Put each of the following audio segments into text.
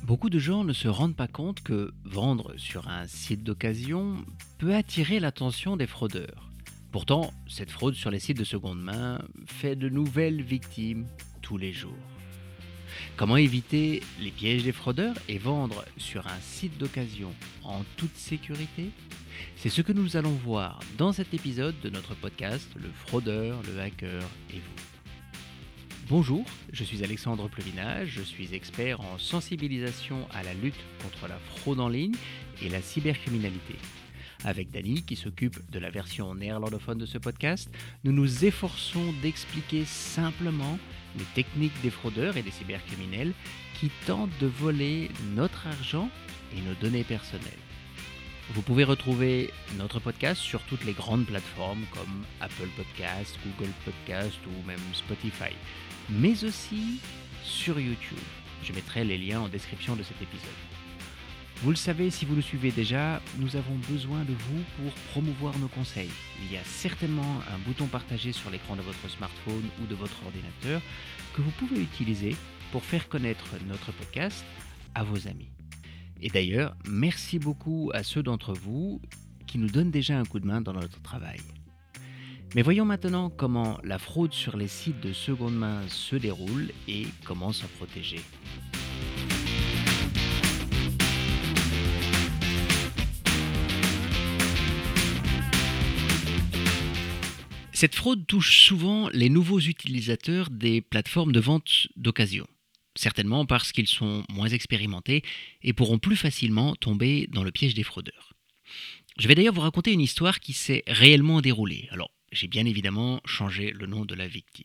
Beaucoup de gens ne se rendent pas compte que vendre sur un site d'occasion peut attirer l'attention des fraudeurs. Pourtant, cette fraude sur les sites de seconde main fait de nouvelles victimes tous les jours. Comment éviter les pièges des fraudeurs et vendre sur un site d'occasion en toute sécurité? C'est ce que nous allons voir dans cet épisode de notre podcast Le fraudeur, le hacker et vous. Bonjour, je suis Alexandre Pleuvinage, je suis expert en sensibilisation à la lutte contre la fraude en ligne et la cybercriminalité. Avec Dany, qui s'occupe de la version néerlandophone de ce podcast, nous nous efforçons d'expliquer simplement les techniques des fraudeurs et des cybercriminels qui tentent de voler notre argent et nos données personnelles. Vous pouvez retrouver notre podcast sur toutes les grandes plateformes comme Apple Podcast, Google Podcast ou même Spotify, mais aussi sur YouTube. Je mettrai les liens en description de cet épisode. Vous le savez, si vous nous suivez déjà, nous avons besoin de vous pour promouvoir nos conseils. Il y a certainement un bouton partagé sur l'écran de votre smartphone ou de votre ordinateur que vous pouvez utiliser pour faire connaître notre podcast à vos amis. Et d'ailleurs, merci beaucoup à ceux d'entre vous qui nous donnent déjà un coup de main dans notre travail. Mais voyons maintenant comment la fraude sur les sites de seconde main se déroule et comment s'en protéger. Cette fraude touche souvent les nouveaux utilisateurs des plateformes de vente d'occasion. Certainement parce qu'ils sont moins expérimentés et pourront plus facilement tomber dans le piège des fraudeurs. Je vais d'ailleurs vous raconter une histoire qui s'est réellement déroulée. Alors, j'ai bien évidemment changé le nom de la victime.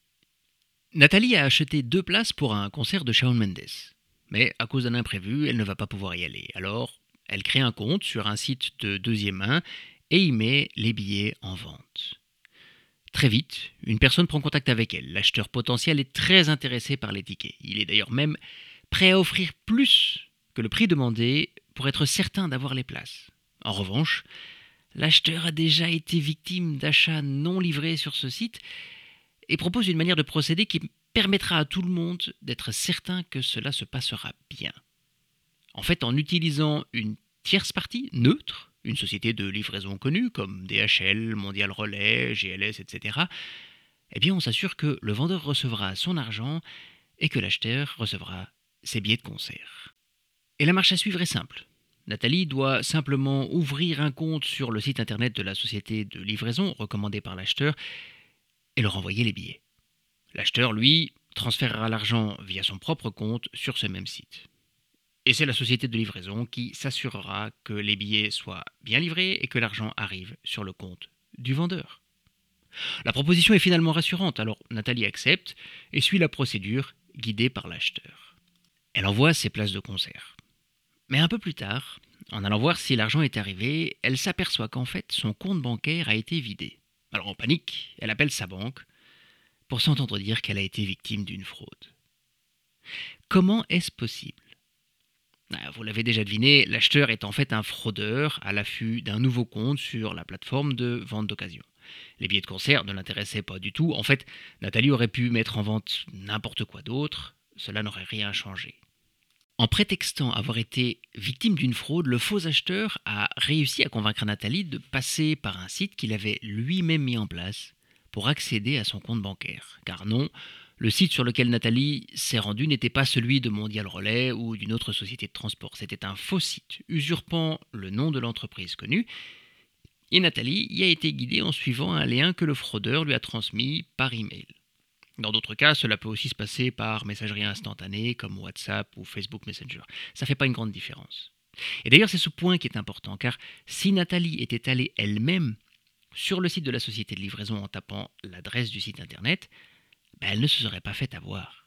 Nathalie a acheté 2 places pour un concert de Shawn Mendes. Mais à cause d'un imprévu, elle ne va pas pouvoir y aller. Alors, elle crée un compte sur un site de deuxième main et y met les billets en vente. Très vite, une personne prend contact avec elle. L'acheteur potentiel est très intéressé par les tickets. Il est d'ailleurs même prêt à offrir plus que le prix demandé pour être certain d'avoir les places. En revanche, l'acheteur a déjà été victime d'achats non livrés sur ce site et propose une manière de procéder qui permettra à tout le monde d'être certain que cela se passera bien. En fait, en utilisant une tierce partie neutre, une société de livraison connue comme DHL, Mondial Relais, GLS, etc., eh bien on s'assure que le vendeur recevra son argent et que l'acheteur recevra ses billets de concert. Et la marche à suivre est simple. Nathalie doit simplement ouvrir un compte sur le site internet de la société de livraison recommandée par l'acheteur et leur envoyer les billets. L'acheteur, lui, transférera l'argent via son propre compte sur ce même site. Et c'est la société de livraison qui s'assurera que les billets soient bien livrés et que l'argent arrive sur le compte du vendeur. La proposition est finalement rassurante, alors Nathalie accepte et suit la procédure guidée par l'acheteur. Elle envoie ses places de concert. Mais un peu plus tard, en allant voir si l'argent est arrivé, elle s'aperçoit qu'en fait son compte bancaire a été vidé. Alors en panique, elle appelle sa banque pour s'entendre dire qu'elle a été victime d'une fraude. Comment est-ce possible ? Vous l'avez déjà deviné, l'acheteur est en fait un fraudeur à l'affût d'un nouveau compte sur la plateforme de vente d'occasion. Les billets de concert ne l'intéressaient pas du tout. En fait, Nathalie aurait pu mettre en vente n'importe quoi d'autre. Cela n'aurait rien changé. En prétextant avoir été victime d'une fraude, le faux acheteur a réussi à convaincre Nathalie de passer par un site qu'il avait lui-même mis en place pour accéder à son compte bancaire. Car non, le site sur lequel Nathalie s'est rendue n'était pas celui de Mondial Relais ou d'une autre société de transport. C'était un faux site, usurpant le nom de l'entreprise connue. Et Nathalie y a été guidée en suivant un lien que le fraudeur lui a transmis par email. Dans d'autres cas, cela peut aussi se passer par messagerie instantanée comme WhatsApp ou Facebook Messenger. Ça ne fait pas une grande différence. Et d'ailleurs, c'est ce point qui est important, car si Nathalie était allée elle-même sur le site de la société de livraison en tapant l'adresse du site internet, elle ne se serait pas fait avoir.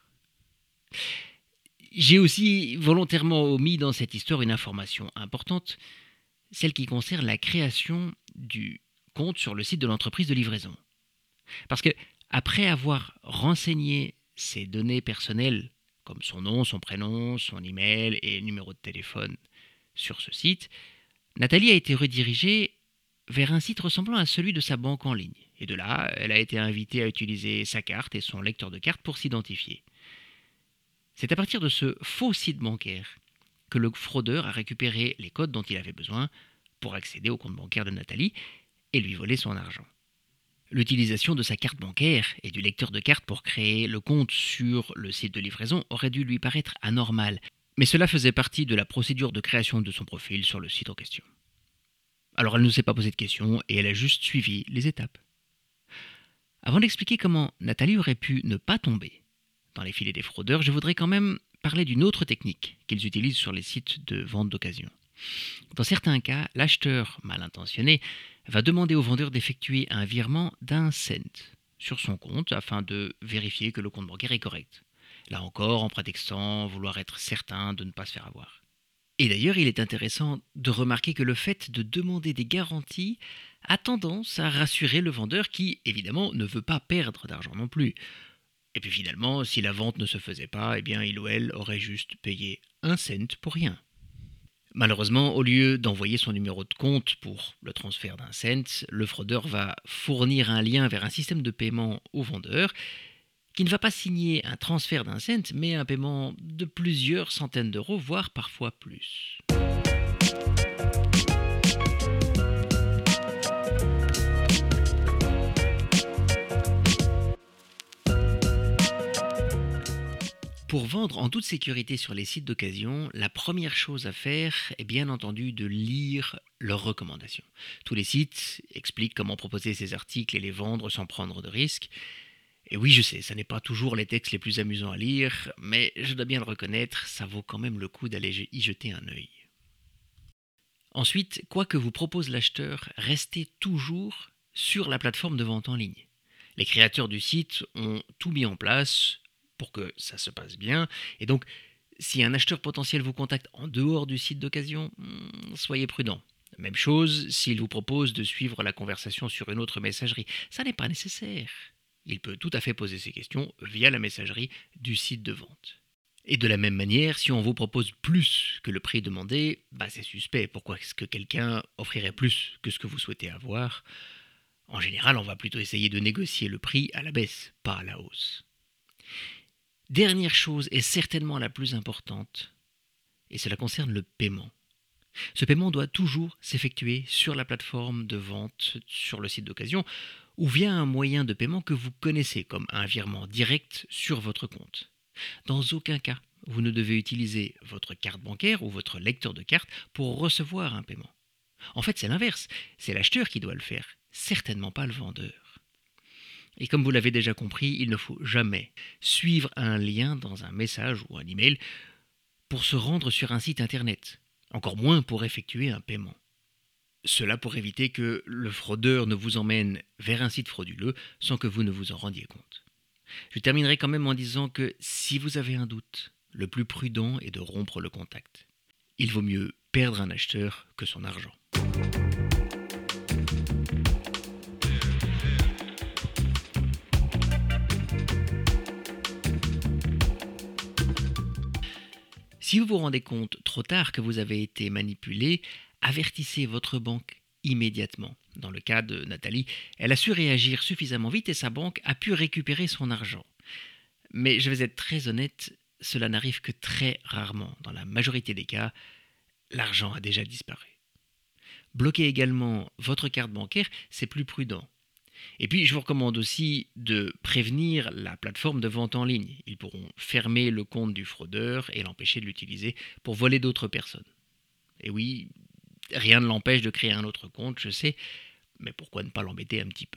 J'ai aussi volontairement omis dans cette histoire une information importante, celle qui concerne la création du compte sur le site de l'entreprise de livraison. Parce que, après avoir renseigné ses données personnelles, comme son nom, son prénom, son email et numéro de téléphone sur ce site, Nathalie a été redirigée vers un site ressemblant à celui de sa banque en ligne. Et de là, elle a été invitée à utiliser sa carte et son lecteur de carte pour s'identifier. C'est à partir de ce faux site bancaire que le fraudeur a récupéré les codes dont il avait besoin pour accéder au compte bancaire de Nathalie et lui voler son argent. L'utilisation de sa carte bancaire et du lecteur de carte pour créer le compte sur le site de livraison aurait dû lui paraître anormal, mais cela faisait partie de la procédure de création de son profil sur le site en question. Alors elle ne s'est pas posé de questions et elle a juste suivi les étapes. Avant d'expliquer comment Nathalie aurait pu ne pas tomber dans les filets des fraudeurs, je voudrais quand même parler d'une autre technique qu'ils utilisent sur les sites de vente d'occasion. Dans certains cas, l'acheteur mal intentionné va demander au vendeur d'effectuer un virement d'1 cent sur son compte afin de vérifier que le compte bancaire est correct. Là encore, en prétextant vouloir être certain de ne pas se faire avoir. Et d'ailleurs, il est intéressant de remarquer que le fait de demander des garanties a tendance à rassurer le vendeur qui, évidemment, ne veut pas perdre d'argent non plus. Et puis finalement, si la vente ne se faisait pas, eh bien il ou elle aurait juste payé 1 cent pour rien. Malheureusement, au lieu d'envoyer son numéro de compte pour le transfert d'1 cent, le fraudeur va fournir un lien vers un système de paiement au vendeur qui ne va pas signer un transfert d'1 cent, mais un paiement de plusieurs centaines d'euros, voire parfois plus. Pour vendre en toute sécurité sur les sites d'occasion, la première chose à faire est bien entendu de lire leurs recommandations. Tous les sites expliquent comment proposer ces articles et les vendre sans prendre de risques. Et oui, je sais, ça n'est pas toujours les textes les plus amusants à lire, mais je dois bien le reconnaître, ça vaut quand même le coup d'aller y jeter un œil. Ensuite, quoi que vous propose l'acheteur, restez toujours sur la plateforme de vente en ligne. Les créateurs du site ont tout mis en place pour que ça se passe bien, et donc si un acheteur potentiel vous contacte en dehors du site d'occasion, soyez prudent. Même chose s'il vous propose de suivre la conversation sur une autre messagerie, ça n'est pas nécessaire. Il peut tout à fait poser ses questions via la messagerie du site de vente. Et de la même manière, si on vous propose plus que le prix demandé, c'est suspect. Pourquoi est-ce que quelqu'un offrirait plus que ce que vous souhaitez avoir ? En général, on va plutôt essayer de négocier le prix à la baisse, pas à la hausse. Dernière chose, et certainement la plus importante, et cela concerne le paiement. Ce paiement doit toujours s'effectuer sur la plateforme de vente sur le site d'occasion ou via un moyen de paiement que vous connaissez comme un virement direct sur votre compte. Dans aucun cas, vous ne devez utiliser votre carte bancaire ou votre lecteur de carte pour recevoir un paiement. En fait, c'est l'inverse, c'est l'acheteur qui doit le faire, certainement pas le vendeur. Et comme vous l'avez déjà compris, il ne faut jamais suivre un lien dans un message ou un email pour se rendre sur un site internet, encore moins pour effectuer un paiement. Cela pour éviter que le fraudeur ne vous emmène vers un site frauduleux sans que vous ne vous en rendiez compte. Je terminerai quand même en disant que si vous avez un doute, le plus prudent est de rompre le contact. Il vaut mieux perdre un acheteur que son argent. Si vous vous rendez compte trop tard que vous avez été manipulé, avertissez votre banque immédiatement. Dans le cas de Nathalie, elle a su réagir suffisamment vite et sa banque a pu récupérer son argent. Mais je vais être très honnête, cela n'arrive que très rarement. Dans la majorité des cas, l'argent a déjà disparu. Bloquez également votre carte bancaire, c'est plus prudent. Et puis, je vous recommande aussi de prévenir la plateforme de vente en ligne. Ils pourront fermer le compte du fraudeur et l'empêcher de l'utiliser pour voler d'autres personnes. Et oui, rien ne l'empêche de créer un autre compte, je sais, mais pourquoi ne pas l'embêter un petit peu ?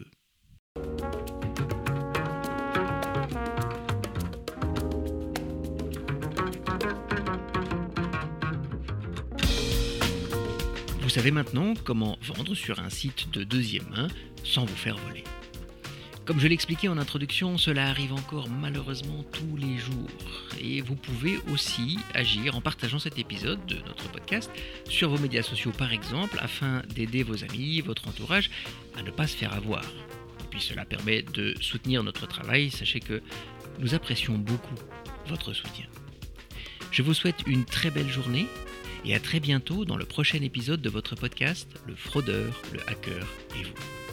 Vous savez maintenant comment vendre sur un site de deuxième main sans vous faire voler. Comme je l'expliquais en introduction, cela arrive encore malheureusement tous les jours. Et vous pouvez aussi agir en partageant cet épisode de notre podcast sur vos médias sociaux par exemple, afin d'aider vos amis, votre entourage à ne pas se faire avoir. Et puis cela permet de soutenir notre travail. Sachez que nous apprécions beaucoup votre soutien. Je vous souhaite une très belle journée et à très bientôt dans le prochain épisode de votre podcast, Le Fraudeur, le Hacker et vous.